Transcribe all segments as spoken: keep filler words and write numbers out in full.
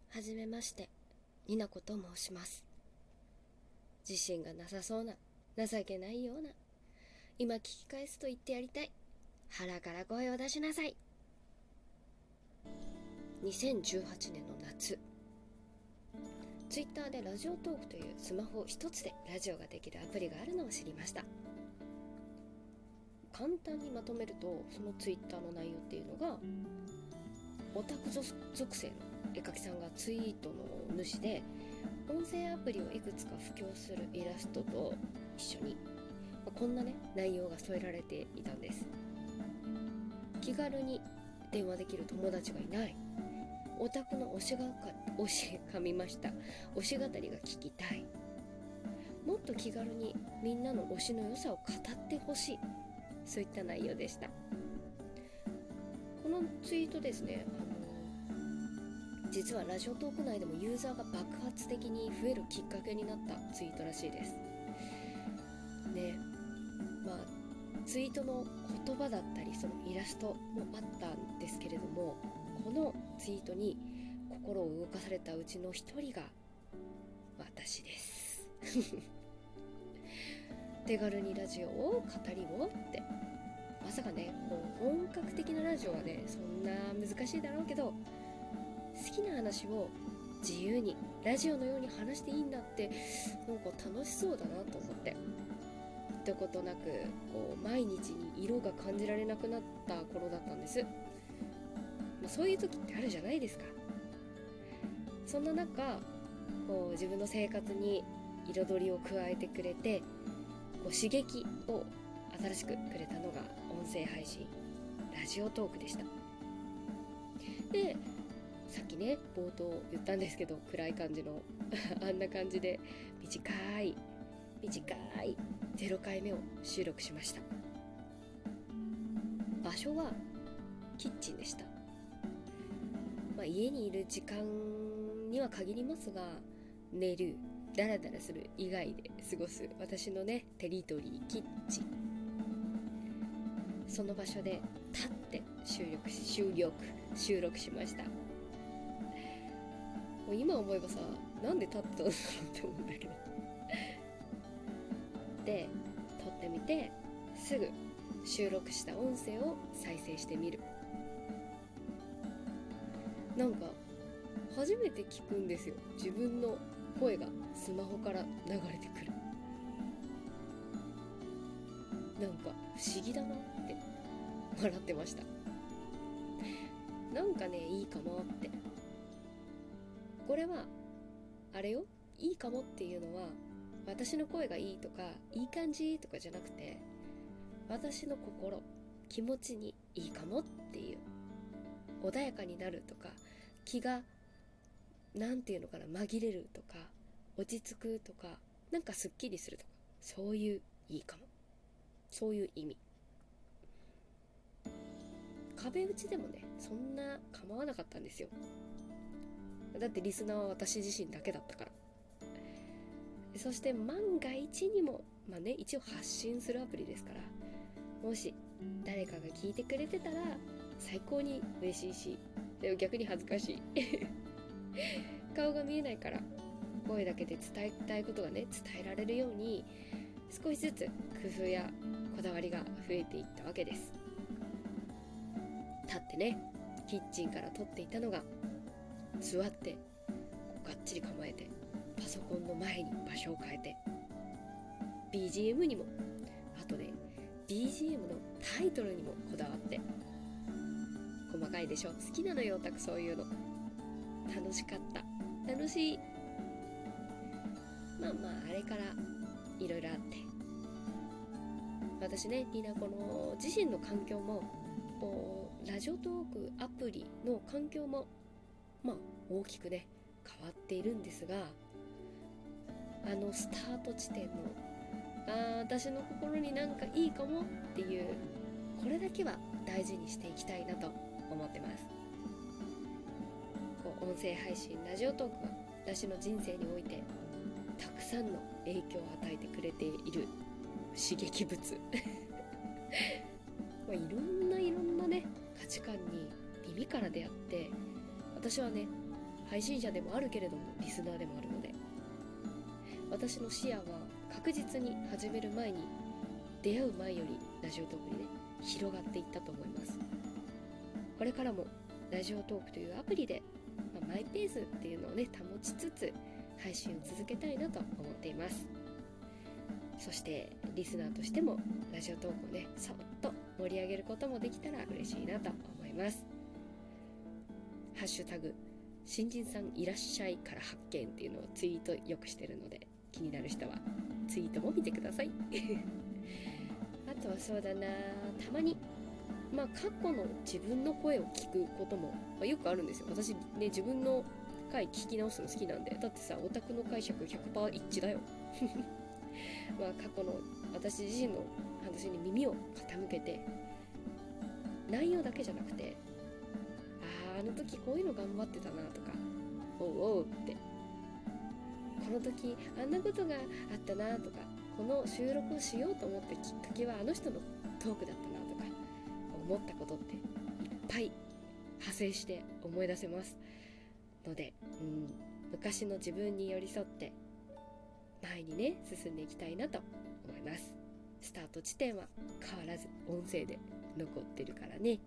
はじめまして、になこと申します。自信がなさそうな、情けないような、今聞き返すと言ってやりたい。腹から声を出しなさい。にせんじゅうはちねんの夏、ツイッターでラジオトークというスマホ一つでラジオができるアプリがあるのを知りました。簡単にまとめると、そのツイッターの内容っていうのが、オタク属性の絵描きさんがツイートの主で、音声アプリをいくつか布教するイラストと一緒にこんなね内容が添えられていたんです。気軽に電話できる友達がいない、オタクの推しがか推し噛みました推し語りが聞きたい、もっと気軽にみんなの推しの良さを語ってほしい、そういった内容でした。このツイートですね、あの実はラジオトーク内でもユーザーが爆発的に増えるきっかけになったツイートらしいですね。まあツイートの言葉だったりそのイラストもあったんですけれども、このツイートに心を動かされたうちの一人が私です手軽にラジオを語りをって、まさかねこう本格的なラジオはねそんな難しいだろうけど、好きな話を自由にラジオのように話していいんだって、なんか楽しそうだなと思って、どことなくこう毎日に色が感じられなくなった頃だったんです。まあ、そういう時ってあるじゃないですか。そんな中こう自分の生活に彩りを加えてくれて、こう刺激を新しくくれたのが音声配信ラジオトークでした。でさっきね冒頭言ったんですけど、暗い感じのあんな感じで短い短いゼロかいめを収録しました。場所はキッチンでした。まあ、家にいる時間には限りますが、寝るダラダラする以外で過ごす私のねテリトリーキッチン、その場所で立って収録収録収録しました。もう今思えばさ、なんで立ってたんだろうって思うんだけどで撮ってみてすぐ収録した音声を再生してみる。なんか初めて聞くんですよ、自分の声がスマホから流れてくる。なんか不思議だなって笑ってました。なんかねいいかもって、これはあれよ、いいかもっていうのは私の声がいいとかいい感じとかじゃなくて、私の心気持ちにいいかもっていう、穏やかになるとか気がなんていうのかな紛れるとか落ち着くとかなんかすっきりするとか、そういういいかも、そういう意味。壁打ちでもねそんな構わなかったんですよ。だってリスナーは私自身だけだったから。そして万が一にもまあね一応発信するアプリですから、もし誰かが聞いてくれてたら最高に嬉しいし、でも逆に恥ずかしい顔が見えないから声だけで伝えたいことがね伝えられるように少しずつ工夫やこだわりが増えていったわけです。立ってねキッチンから撮っていたのが座ってがっちり構えてパソコンの前に場所を変えて ビージーエム にも、あとね ビージーエム のタイトルにもこだわって、細かいでしょ、好きなのよオタクそういうの。楽しかった、楽しい。まあまああれからいろいろあって、私ねニナコの自身の環境もラジオトークアプリの環境もまあ大きくね変わっているんですが、あのスタート地点のあー私の心になんかいいかもっていう、これだけは大事にしていきたいなと思ってます。こう音声配信ラジオトークは私の人生においてたくさんの影響を与えてくれている刺激物まあいろんないろんなね価値観に耳から出会って、私はね配信者でもあるけれどもリスナーでもあるので、私の視野は確実に始める前に出会う前よりラジオトークにね広がっていったと思います。これからもラジオトークというアプリで、まあ、マイペースっていうのをね保ちつつ配信を続けたいなと思っています。そしてリスナーとしてもラジオトークをねそっと盛り上げることもできたら嬉しいなと思います。ハッシュタグ新人さんいらっしゃいから発見っていうのをツイートよくしてるので、気になる人はツイートも見てくださいあとはそうだな、たまにまあ過去の自分の声を聞くことも、まあ、よくあるんですよ。私ね自分の回聞き直すの好きなんで。だってさ、オタクの解釈 ひゃくパーセント 一致だよまあ過去の私自身の話に耳を傾けて、内容だけじゃなくて、あああの時こういうの頑張ってたなとか、おうおうってこの時あんなことがあったなとか、この収録をしようと思ったきっかけはあの人のトークだったなとか、思ったことっていっぱい派生して思い出せますので、うん、昔の自分に寄り添って前にね進んでいきたいなと思います。スタート地点は変わらず音声で残ってるからね。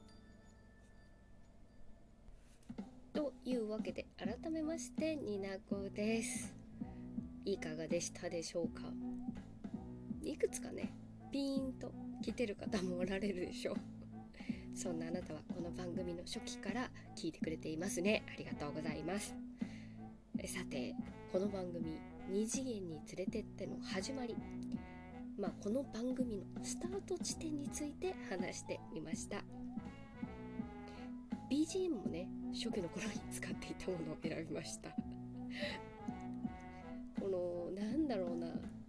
というわけで改めましてになこです。いかがでしたでしょうか。いくつかねピーンと来てる方もおられるでしょうそんなあなたはこの番組の初期から聞いてくれていますね。ありがとうございます。えさて、この番組二次元に連れてっての始まり、まあこの番組のスタート地点について話してみました。 ビージーエム もね初期の頃に使っていたものを選びましたこのなんだろうな、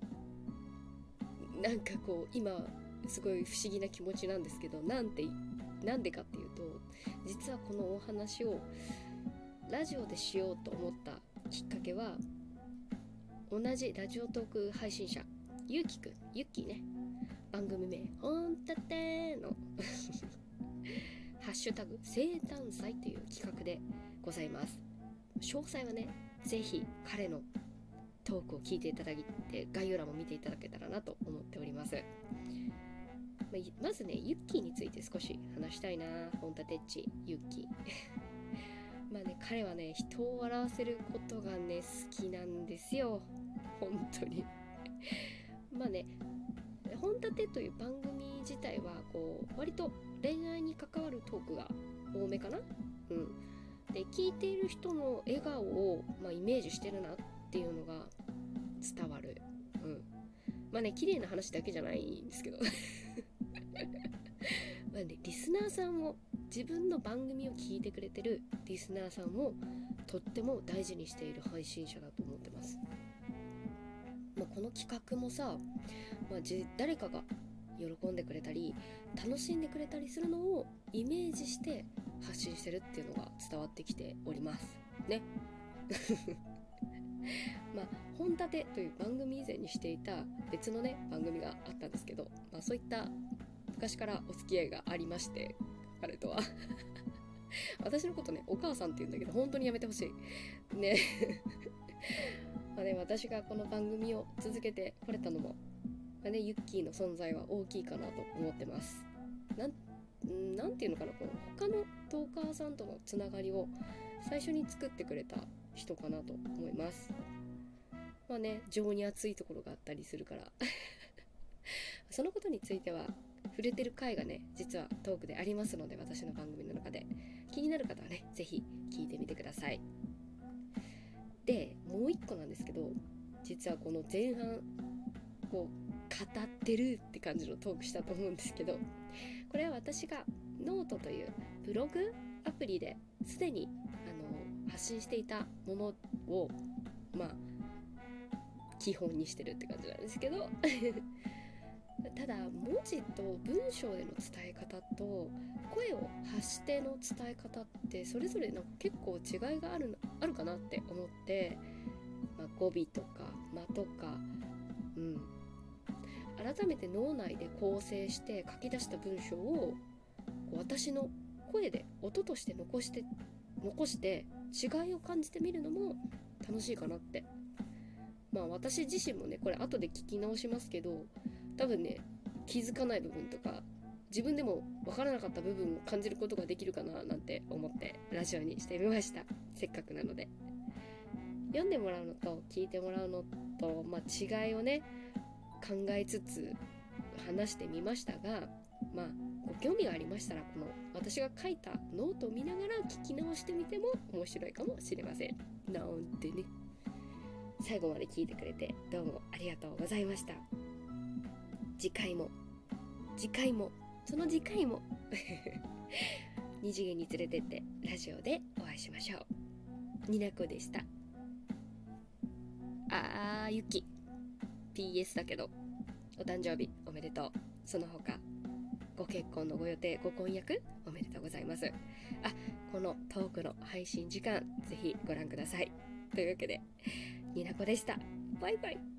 なんかこう今すごい不思議な気持ちなんですけど、なんてなんでかっていうと、実はこのお話をラジオでしようと思ったきっかけは、同じラジオトーク配信者ゆうきくん、ゆっきーね、番組名ほんたてーのハッシュタグ生誕祭という企画でございます。詳細はねぜひ彼のトークを聞いていただいて、概要欄も見ていただけたらなと思っております。ま, まずねユッキーについて少し話したいな。ホンタテッチユッキーまあね、彼はね人を笑わせることがね好きなんですよ、本当にまあね、ホンタテという番組自体はこう割と恋愛に関わるトークが多めかな。うんで聞いている人の笑顔を、まあ、イメージしてるなっていうのが伝わる。うんまあね、綺麗な話だけじゃないんですけどまあね、リスナーさんも自分の番組を聞いてくれてるリスナーさんもとっても大事にしている配信者だと思ってます。まあ、この企画もさ、まあ、じ誰かが喜んでくれたり楽しんでくれたりするのをイメージして発信してるっていうのが伝わってきておりますねまあ、本立てという番組以前にしていた別のね番組があったんですけど、まあ、そういった昔からお付き合いがありまして、彼とは私のことねお母さんって言うんだけど本当にやめてほしいねまあね、私がこの番組を続けてこれたのも、まあね、ユッキーの存在は大きいかなと思ってます。なんなんていうのかな、この他のトーカーさんとのつながりを最初に作ってくれた人かなと思います。まあね、情に熱いところがあったりするからそのことについては触れてる回がね実はトークでありますので、私の番組の中で気になる方はねぜひ聞いてみてください。でもう一個なんですけど、実はこの前半こう語ってるって感じのトークしたと思うんですけど、これは私がノートというブログアプリですでにあの発信していたものをまあ基本にしてるって感じなんですけどただ文字と文章での伝え方と声を発しての伝え方ってそれぞれなんか結構違いがあるあるかなって思って、まあ、語尾とか間とか、うん、改めて脳内で構成して書き出した文章を私の声で音として残して残して違いを感じてみるのも楽しいかなって。まあ私自身もね、これ後で聞き直しますけど、多分ね、気づかない部分とか自分でも分からなかった部分を感じることができるかななんて思ってラジオにしてみました。せっかくなので。読んでもらうのと聞いてもらうのと、まあ、違いをね考えつつ話してみましたが、まあご興味がありましたら、この私が書いたノートを見ながら聞き直してみても面白いかもしれません。なんてね。最後まで聞いてくれてどうもありがとうございました。次回も次回もその次回も二次元に連れてってラジオでお会いしましょう。になこでした。あーゆき ピーエス だけどお誕生日おめでとう。その他ご結婚のご予定、ご婚約おめでとうございます。あ、このトークの配信時間ぜひご覧ください。というわけでになこでした。バイバイ。